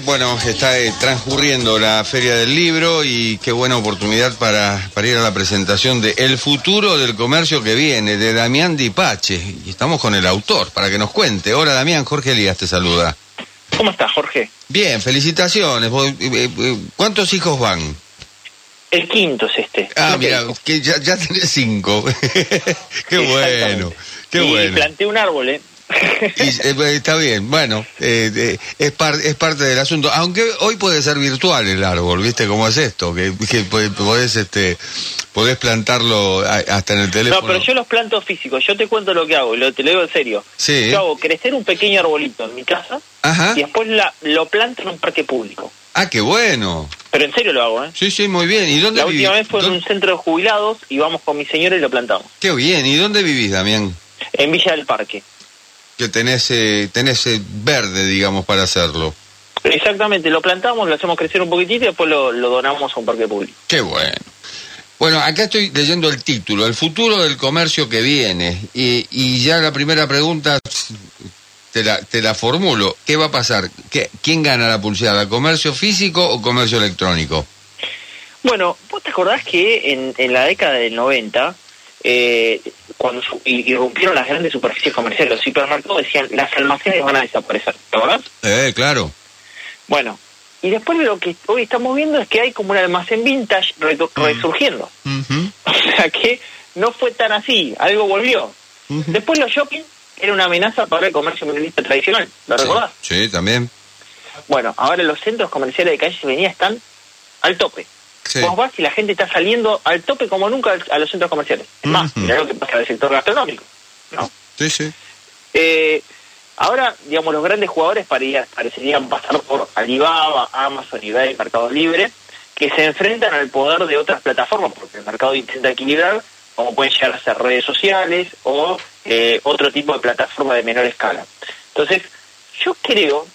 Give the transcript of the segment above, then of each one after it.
bueno, está transcurriendo la Feria del Libro y qué buena oportunidad para ir a la presentación de El futuro del comercio que viene, de Damián Di Pace. Y estamos con el autor para que nos cuente. Hola Damián, Jorge Elías te saluda. ¿Cómo estás, Jorge? Bien, felicitaciones. ¿Cuántos hijos van? El quinto es este. Ah, mira, que ya tenés 5. Qué bueno, qué bueno. Y planté un árbol, ¿eh? Está bien, bueno, es parte del asunto, aunque hoy puede ser virtual el árbol, ¿viste cómo es esto? Que podés plantarlo hasta en el teléfono. No, pero yo los planto físicos, yo te cuento lo que hago, te lo digo en serio. Sí. Yo hago crecer un pequeño arbolito en mi casa. Ajá. Y después lo planto en un parque público. Ah, qué bueno. Pero en serio lo hago, ¿eh? Sí, muy bien. ¿Y dónde vivís? La última vez fue en un centro de jubilados y vamos con mi señora y lo plantamos. Qué bien. ¿Y dónde vivís, Damián? En Villa del Parque. Que tenés verde, digamos, para hacerlo. Exactamente, lo plantamos, lo hacemos crecer un poquitito y después lo donamos a un parque público. Qué bueno. Bueno, acá estoy leyendo el título, El futuro del comercio que viene. Y ya la primera pregunta te la formulo. ¿Qué va a pasar? ¿Quién gana la pulseada? ¿Comercio físico o comercio electrónico? Bueno, ¿vos te acordás que en la década del 90... cuando irrumpieron las grandes superficies comerciales, los supermercados decían, las almacenes van a desaparecer, ¿te acordás? Claro. Bueno, y después lo que hoy estamos viendo es que hay como un almacén vintage resurgiendo. Uh-huh. O sea que no fue tan así, algo volvió. Uh-huh. Después los shopping era una amenaza para el comercio minorista tradicional, ¿lo recordás? Sí, también. Bueno, ahora los centros comerciales de calle Avenida están al tope. Sí. Vos vas y la gente está saliendo al tope como nunca a los centros comerciales. Es más, mirá lo que pasa en el sector gastronómico, ¿no? Sí. Ahora, digamos, los grandes jugadores parecerían pasar por Alibaba, Amazon, eBay, Mercado Libre, que se enfrentan al poder de otras plataformas, porque el mercado intenta equilibrar, como pueden llegar a ser redes sociales o otro tipo de plataforma de menor escala. Entonces, yo creo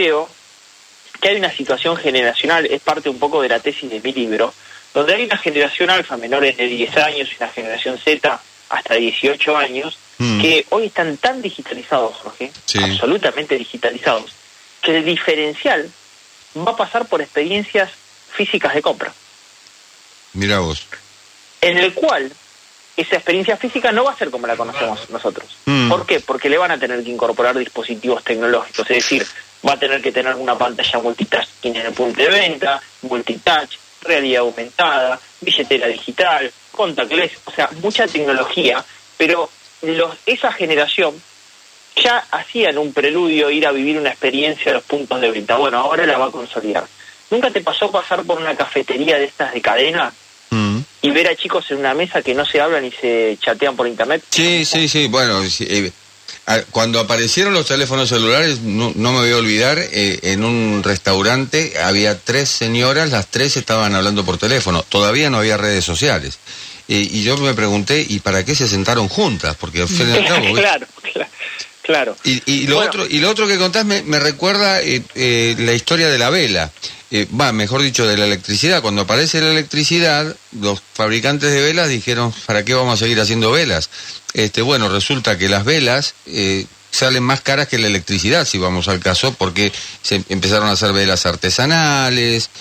que hay una situación generacional, es parte un poco de la tesis de mi libro, donde hay una generación alfa, menores de 10 años, y una generación Z hasta 18 años, que hoy están tan digitalizados, Jorge, absolutamente digitalizados, que el diferencial va a pasar por experiencias físicas de compra. Mirá vos. En el cual esa experiencia física no va a ser como la conocemos nosotros. ¿Por qué? Porque le van a tener que incorporar dispositivos tecnológicos, es decir, va a tener que tener una pantalla multitasking en el punto de venta, multitouch, realidad aumentada, billetera digital, contactless, o sea, mucha tecnología, pero esa generación ya hacían un preludio ir a vivir una experiencia de los puntos de venta. Bueno, ahora la va a consolidar. ¿Nunca te pasó pasar por una cafetería de estas de cadena y ver a chicos en una mesa que no se hablan y se chatean por internet? Sí. Bueno, cuando aparecieron los teléfonos celulares, no me voy a olvidar, en un restaurante había 3 señoras, las 3 estaban hablando por teléfono, todavía no había redes sociales. Y yo me pregunté, ¿y para qué se sentaron juntas? Porque al fin y al cabo... Claro. Y lo otro que contás me recuerda la historia de la vela. Mejor dicho, de la electricidad. Cuando aparece la electricidad, los fabricantes de velas dijeron, ¿para qué vamos a seguir haciendo velas? Bueno, resulta que las velas salen más caras que la electricidad, si vamos al caso, porque se empezaron a hacer velas artesanales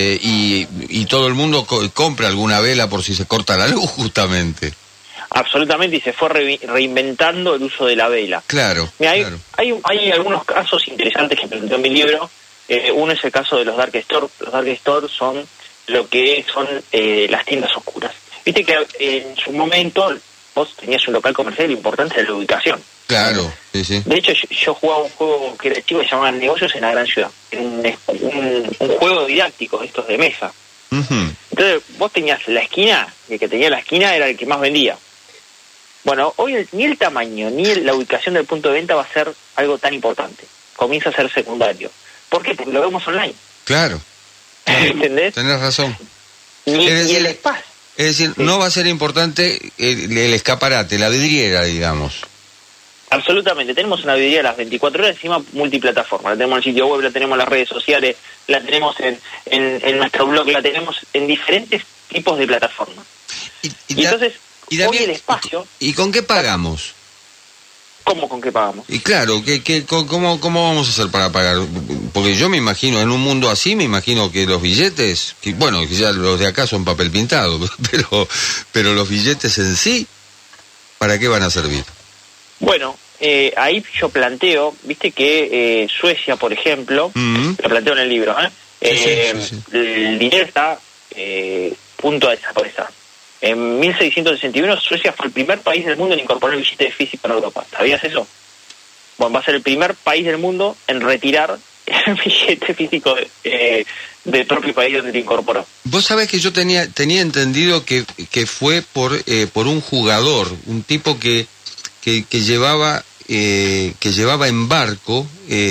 y todo el mundo compra alguna vela por si se corta la luz, justamente. Absolutamente, y se fue reinventando el uso de la vela. Claro. Mira, hay algunos casos interesantes que presentó en mi libro. Uno es el caso de los dark store. Los dark store son lo que son las tiendas oscuras. Viste que en su momento vos tenías un local comercial importante de la ubicación. Claro, sí. De hecho, yo jugaba un juego que era chico que se llamaba Negocios en la Gran Ciudad. Un juego didáctico, estos de mesa. Uh-huh. Entonces, vos tenías la esquina, y el que tenía la esquina era el que más vendía. Bueno, hoy ni el tamaño ni la ubicación del punto de venta va a ser algo tan importante. Comienza a ser secundario. ¿Por qué? Porque lo vemos online. Claro. ¿Entendés? Tenés razón. Y el espacio. Es decir, no va a ser importante el escaparate, la vidriera, digamos. Absolutamente. Tenemos una vidriera a las 24 horas, encima multiplataforma. La tenemos en el sitio web, la tenemos en las redes sociales, la tenemos en nuestro blog, la tenemos en diferentes tipos de plataformas. Y entonces... Y Damián, hoy el espacio... ¿Y con qué pagamos? ¿Cómo con qué pagamos? Y claro, ¿cómo vamos a hacer para pagar? Porque yo me imagino, en un mundo así, me imagino que los billetes, que, bueno, ya los de acá son papel pintado, pero los billetes en sí, ¿para qué van a servir? Bueno, ahí yo planteo, viste que Suecia, por ejemplo, lo planteo en el libro, sí. El dinero está punto a desaparecer. En 1661 Suecia fue el primer país del mundo en incorporar el billete físico en Europa. ¿Sabías eso? Bueno, va a ser el primer país del mundo en retirar el billete físico del propio país donde lo incorporó. Vos sabés que yo tenía entendido que fue por un jugador, un tipo que llevaba en barco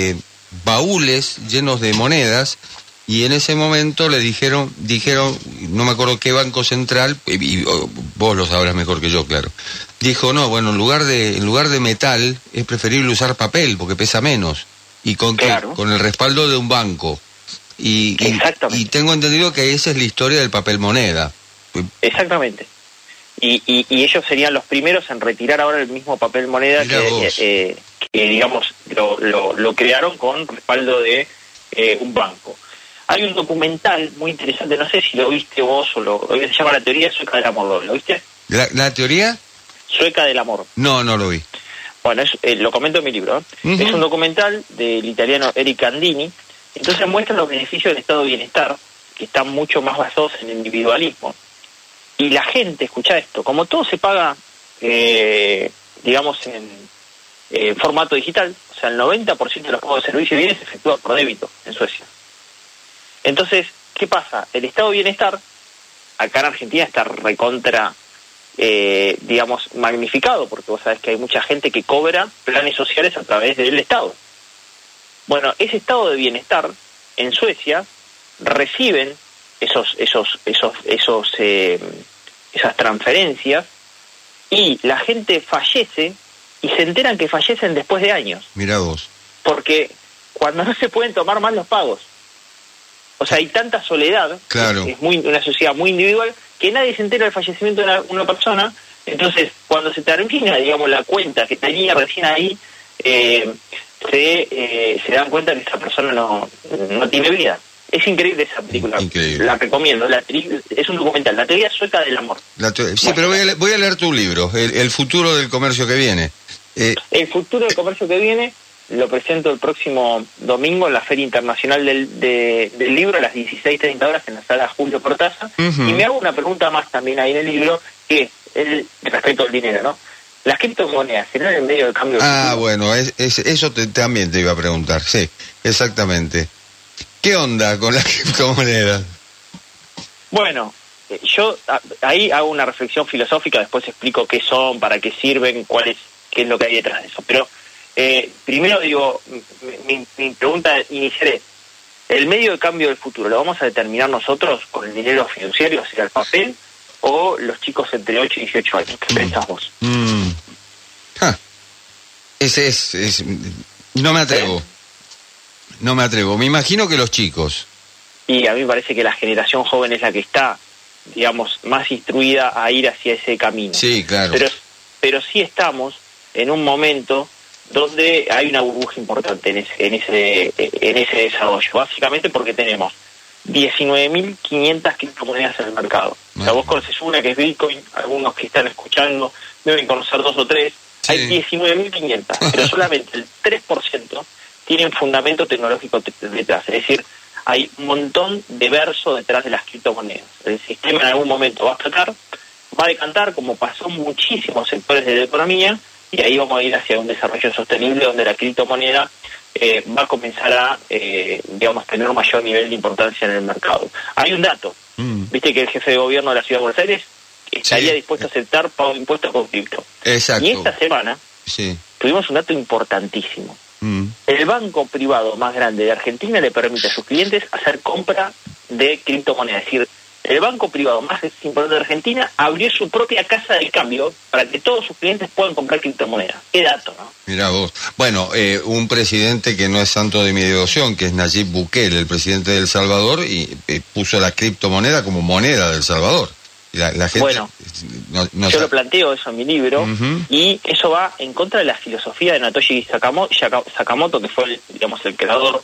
baúles llenos de monedas, y en ese momento le dijeron, no me acuerdo qué banco central, y vos lo sabrás mejor que yo, claro, dijo, no, bueno, en lugar de metal es preferible usar papel porque pesa menos, y con el respaldo de un banco, y tengo entendido que esa es la historia del papel moneda. Exactamente. Y ellos serían los primeros en retirar ahora el mismo papel moneda que digamos lo crearon con respaldo de un banco. Hay un documental muy interesante, no sé si lo viste vos o se llama La teoría sueca del amor, ¿lo viste? ¿La teoría? Sueca del amor. No lo vi. Bueno, lo comento en mi libro. Uh-huh. Es un documental del italiano Eric Candini. Entonces muestra los beneficios del estado de bienestar, que están mucho más basados en el individualismo. Y la gente, escucha esto, como todo se paga, digamos, en formato digital, o sea, el 90% de los pagos de servicios y bienes se efectúa por débito en Suecia. Entonces, ¿qué pasa? El estado de bienestar, acá en Argentina, está recontra, digamos, magnificado, porque vos sabés que hay mucha gente que cobra planes sociales a través del Estado. Bueno, ese estado de bienestar, en Suecia, reciben esas transferencias, y la gente fallece y se enteran que fallecen después de años. Mirá vos. Porque cuando no se pueden tomar más los pagos, o sea, hay tanta soledad, claro. Es una sociedad muy individual, que nadie se entera del fallecimiento de una persona. Entonces, cuando se termina, digamos, la cuenta que tenía recién ahí, se dan cuenta que esa persona no tiene vida. Es increíble esa película. Increíble. La recomiendo. Es un documental, La teoría sueca del amor. Sí, pero voy a leer tu libro, el futuro del comercio que viene. El futuro del comercio que viene lo presento el próximo domingo en la Feria Internacional del Libro a las 16:30 horas en la sala Julio Cortázar. Uh-huh. Y me hago una pregunta más también ahí en el libro, que es respecto al dinero, ¿no? Las criptomonedas, ¿serán el medio de cambio? Bueno, eso también te iba a preguntar, sí, exactamente. ¿Qué onda con las criptomonedas? Bueno, yo ahí hago una reflexión filosófica, después explico qué son, para qué sirven, qué es lo que hay detrás de eso. Pero primero digo, mi pregunta inicial es, ¿el medio de cambio del futuro lo vamos a determinar nosotros con el dinero fiduciario, o sea, el papel, o los chicos entre 8 y 18 años? ¿Qué pensás vos? No me atrevo. No me atrevo. Me imagino que los chicos. Y a mí me parece que la generación joven es la que está, digamos, más instruida a ir hacia ese camino. Sí, claro. Pero sí estamos en un momento donde hay una burbuja importante en ese desarrollo. Básicamente porque tenemos 19.500 criptomonedas en el mercado. O sea, vos conoces una que es Bitcoin, algunos que están escuchando deben conocer 2 o 3. Sí. Hay 19.500, pero solamente el 3% tienen fundamento tecnológico detrás. Es decir, hay un montón de verso detrás de las criptomonedas. El sistema en algún momento va a explotar, va a decantar, como pasó en muchísimos sectores de la economía, y ahí vamos a ir hacia un desarrollo sostenible donde la criptomoneda va a comenzar a, digamos, tener un mayor nivel de importancia en el mercado. Hay un dato. Viste que el jefe de gobierno de la Ciudad de Buenos Aires estaría dispuesto a aceptar pago de impuestos con cripto. Exacto. Y esta semana tuvimos un dato importantísimo. El banco privado más grande de Argentina le permite a sus clientes hacer compra de criptomonedas. Es decir, el banco privado más importante de Argentina abrió su propia casa de cambio para que todos sus clientes puedan comprar criptomonedas. Qué dato, ¿no? Mirá vos. Bueno, un presidente que no es santo de mi devoción, que es Nayib Bukele, el presidente de El Salvador, y puso la criptomoneda como moneda de El Salvador. La gente bueno, no yo lo planteo eso en mi libro, y eso va en contra de la filosofía de Satoshi Sakamoto, que fue el creador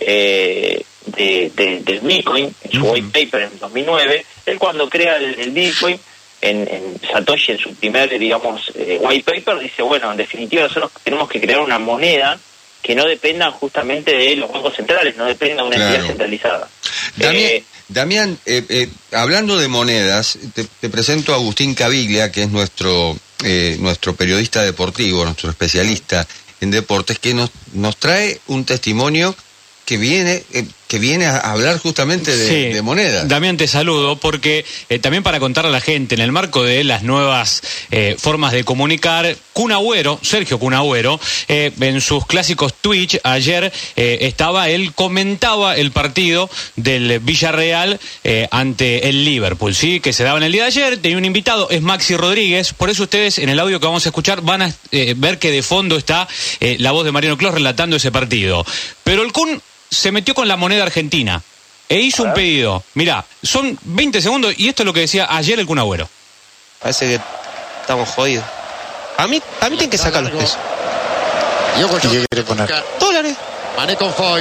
del Bitcoin, en su white paper en 2009. Él, cuando crea el Bitcoin, en Satoshi, en su primer, white paper, dice, bueno, en definitiva nosotros tenemos que crear una moneda que no dependa justamente de los bancos centrales, no dependa de una entidad centralizada. Damián, hablando de monedas, te presento a Agustín Caviglia, que es nuestro periodista deportivo, nuestro especialista en deportes, que nos trae un testimonio que viene a hablar justamente de monedas. Damián, te saludo porque también para contarle a la gente, en el marco de las nuevas formas de comunicar, Sergio Kun Agüero, en sus clásicos Twitch, ayer él comentaba el partido del Villarreal ante el Liverpool, ¿sí? Que se daba en el día de ayer. Tenía un invitado, es Maxi Rodríguez, por eso ustedes en el audio que vamos a escuchar van a ver que de fondo está la voz de Mariano Clos relatando ese partido. Pero el Kun se metió con la moneda argentina e hizo un pedido. Mirá, son 20 segundos y esto es lo que decía ayer el Kun Agüero. Parece que estamos jodidos. A mí tienen que sacar los pesos. ¿Y qué quiere poner? Dólares. Mané con Foy.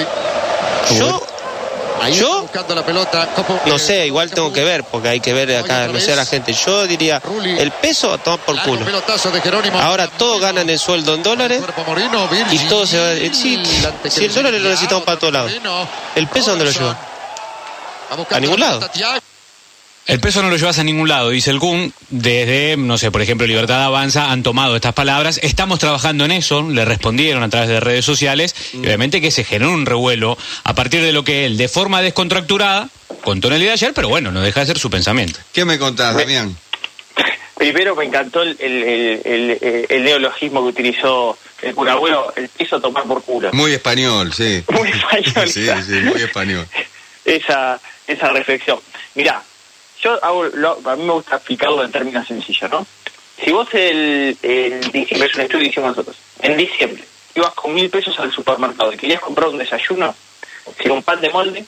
Yo buscando la pelota. no sé, igual tengo que ver, porque hay que ver acá, no sé, a la gente. Yo diría, el peso a tomar por culo. Ahora todos ganan el sueldo en dólares y todo se va. Si el dólar lo necesitamos para todos lados, ¿el peso dónde lo lleva? A ningún lado. El peso no lo llevas a ningún lado, dice el Kun. Desde, no sé, por ejemplo, Libertad Avanza han tomado estas palabras. Estamos trabajando en eso, le respondieron a través de redes sociales. Y obviamente que se generó un revuelo a partir de lo que él, de forma descontracturada, contó en el día de ayer, pero bueno, no deja de ser su pensamiento. ¿Qué me contás, Damián? Primero me encantó el neologismo que utilizó el Kun Agüero, el peso a tomar por culo. Muy español, sí. Muy español. Sí, muy español. Esa reflexión. Mirá, a mí me gusta explicarlo en términos sencillos, ¿no? Si vos en diciembre, es un estudio que hicimos nosotros, en diciembre ibas con 1.000 pesos al supermercado y querías comprar un desayuno, si un pan de molde,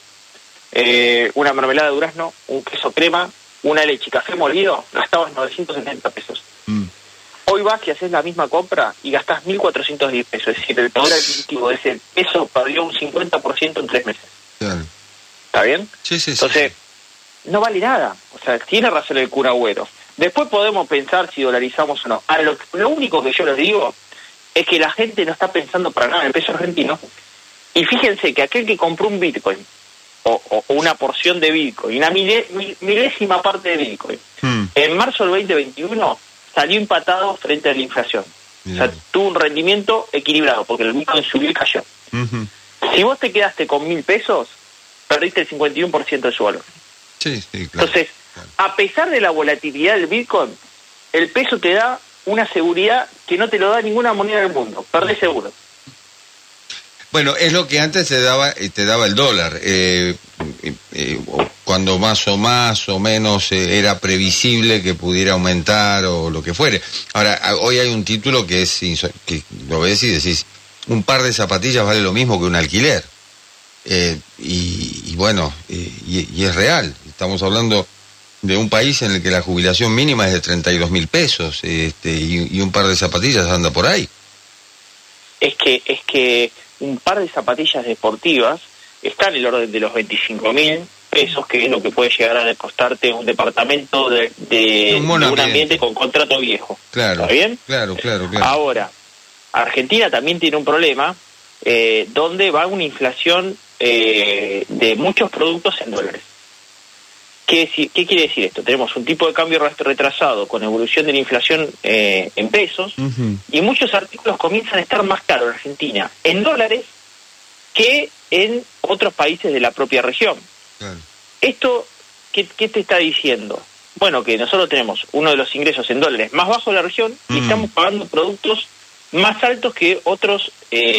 una mermelada de durazno, un queso crema, una leche y café molido, gastabas 970 pesos. Hoy vas y haces la misma compra y gastás 1.410 pesos, es decir, el poder adquisitivo de ese peso perdió un 50% en 3 meses. Claro. ¿Está bien? Sí. Entonces, no vale nada. O sea, tiene razón el Kun Agüero. Después podemos pensar si dolarizamos o no. Ahora, lo único que yo les digo es que la gente no está pensando para nada en el peso argentino. Y fíjense que aquel que compró un Bitcoin o una porción de Bitcoin, una milésima parte de Bitcoin, en marzo del 2021 salió empatado frente a la inflación. Mirá. O sea, tuvo un rendimiento equilibrado porque el Bitcoin subió y cayó. Si vos te quedaste con 1.000 pesos, perdiste el 51% de su valor. Sí, claro. Entonces, a pesar de la volatilidad del Bitcoin, el peso te da una seguridad que no te lo da ninguna moneda del mundo. Perdés seguro. Bueno, es lo que antes te daba el dólar. Cuando más o menos era previsible que pudiera aumentar o lo que fuere. Ahora, hoy hay un título que que lo ves y decís, un par de zapatillas vale lo mismo que un alquiler. Y es real. Estamos hablando de un país en el que la jubilación mínima es de 32.000 pesos y un par de zapatillas anda por ahí. Es que un par de zapatillas deportivas está en el orden de los 25.000 pesos, que es lo que puede llegar a costarte un departamento de un ambiente con contrato viejo. Claro. ¿Está bien? Claro. Ahora, Argentina también tiene un problema donde va una inflación de muchos productos en dólares. ¿Qué quiere decir esto? Tenemos un tipo de cambio retrasado con evolución de la inflación en pesos, y muchos artículos comienzan a estar más caros en Argentina en dólares que en otros países de la propia región. Claro. ¿Esto qué te está diciendo? Bueno, que nosotros tenemos uno de los ingresos en dólares más bajos de la región y estamos pagando productos más altos que otros,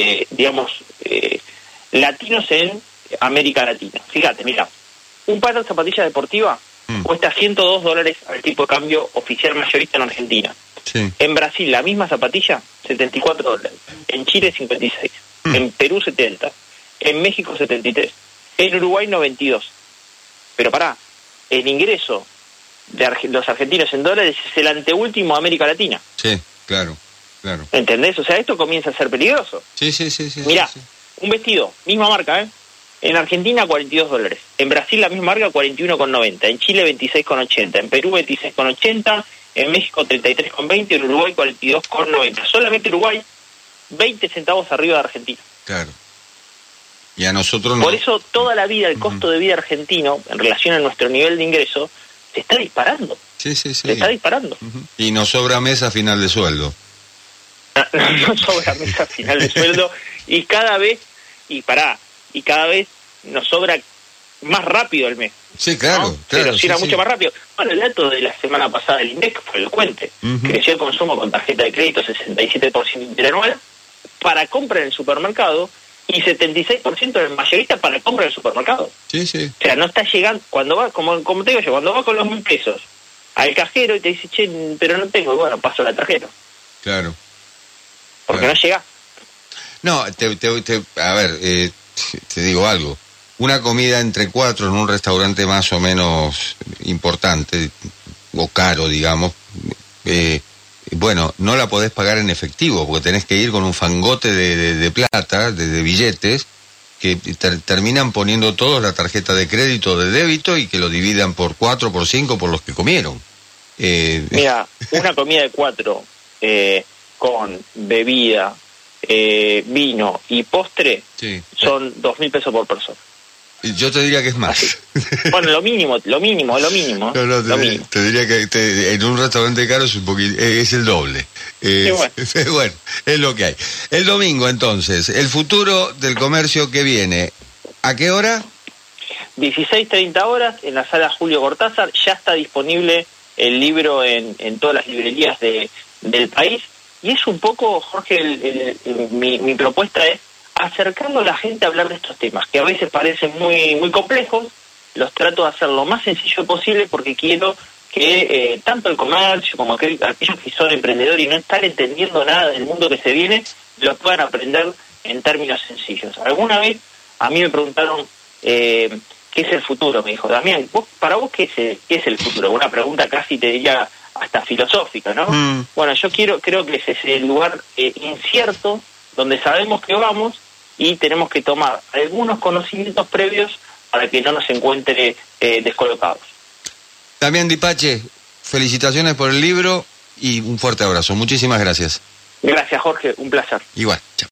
latinos en América Latina. Fíjate, mira, un par de zapatillas deportivas cuesta $102 al tipo de cambio oficial mayorista en Argentina. Sí. En Brasil, la misma zapatilla, $74. En Chile, 56. En Perú, 70. En México, 73. En Uruguay, 92. Pero pará, el ingreso los argentinos en dólares es el anteúltimo de América Latina. Sí, claro. ¿Entendés? O sea, esto comienza a ser peligroso. Sí. Mirá, sí. un vestido, misma marca, en Argentina $42, en Brasil la misma marca 41,90, en Chile 26,80, en Perú 26,80, en México 33,20, en Uruguay 42,90. Solamente Uruguay 20 centavos arriba de Argentina. Claro. Y a nosotros no. Por eso toda la vida el costo de vida argentino en relación a nuestro nivel de ingreso se está disparando. Sí. Se está disparando. Y nos sobra mes a final de sueldo. No sobra mesa final de sueldo y cada vez nos sobra más rápido el mes. Sí, claro, ¿no? Se erosiona mucho más rápido. Bueno, el dato de la semana pasada del INDEC fue elocuente. Creció el consumo con tarjeta de crédito 67% interanual para compra en el supermercado y 76% del mayorista para compra en el supermercado. Sí. O sea, no está llegando, cuando va, como te digo yo, cuando va con los 1.000 pesos al cajero y te dice, che, pero no tengo, bueno, paso la tarjeta. Claro. Porque no llega. No, a ver, te digo algo. Una comida entre 4 en un restaurante más o menos importante, o caro, digamos, bueno, no la podés pagar en efectivo, porque tenés que ir con un fangote de plata, de billetes, que terminan poniendo todos la tarjeta de crédito o de débito y que lo dividan por 4, por 5, por los que comieron. Mira, una comida de 4 con bebida, vino y postre, sí, son 2.000 pesos por persona. Yo te diría que es más. Bueno, lo mínimo. No, te diría que en un restaurante caro es es el doble. Bueno, es lo que hay. El domingo, entonces, el futuro del comercio que viene, ¿a qué hora? 16:30 horas en la sala Julio Cortázar. Ya está disponible el libro en todas las librerías del país. Y es un poco, Jorge, mi propuesta es acercando a la gente a hablar de estos temas, que a veces parecen muy, muy complejos. Los trato de hacer lo más sencillo posible porque quiero que tanto el comercio como aquellos que son emprendedores y no están entendiendo nada del mundo que se viene, lo puedan aprender en términos sencillos. Alguna vez a mí me preguntaron ¿qué es el futuro? Me dijo, Damián, para vos ¿qué es el futuro? Una pregunta casi te diría hasta filosófica, ¿no? Bueno, yo creo que ese es el lugar incierto donde sabemos que vamos y tenemos que tomar algunos conocimientos previos para que no nos encuentre descolocados. Damián Di Pace, felicitaciones por el libro y un fuerte abrazo. Muchísimas gracias. Gracias, Jorge, un placer. Igual, chao.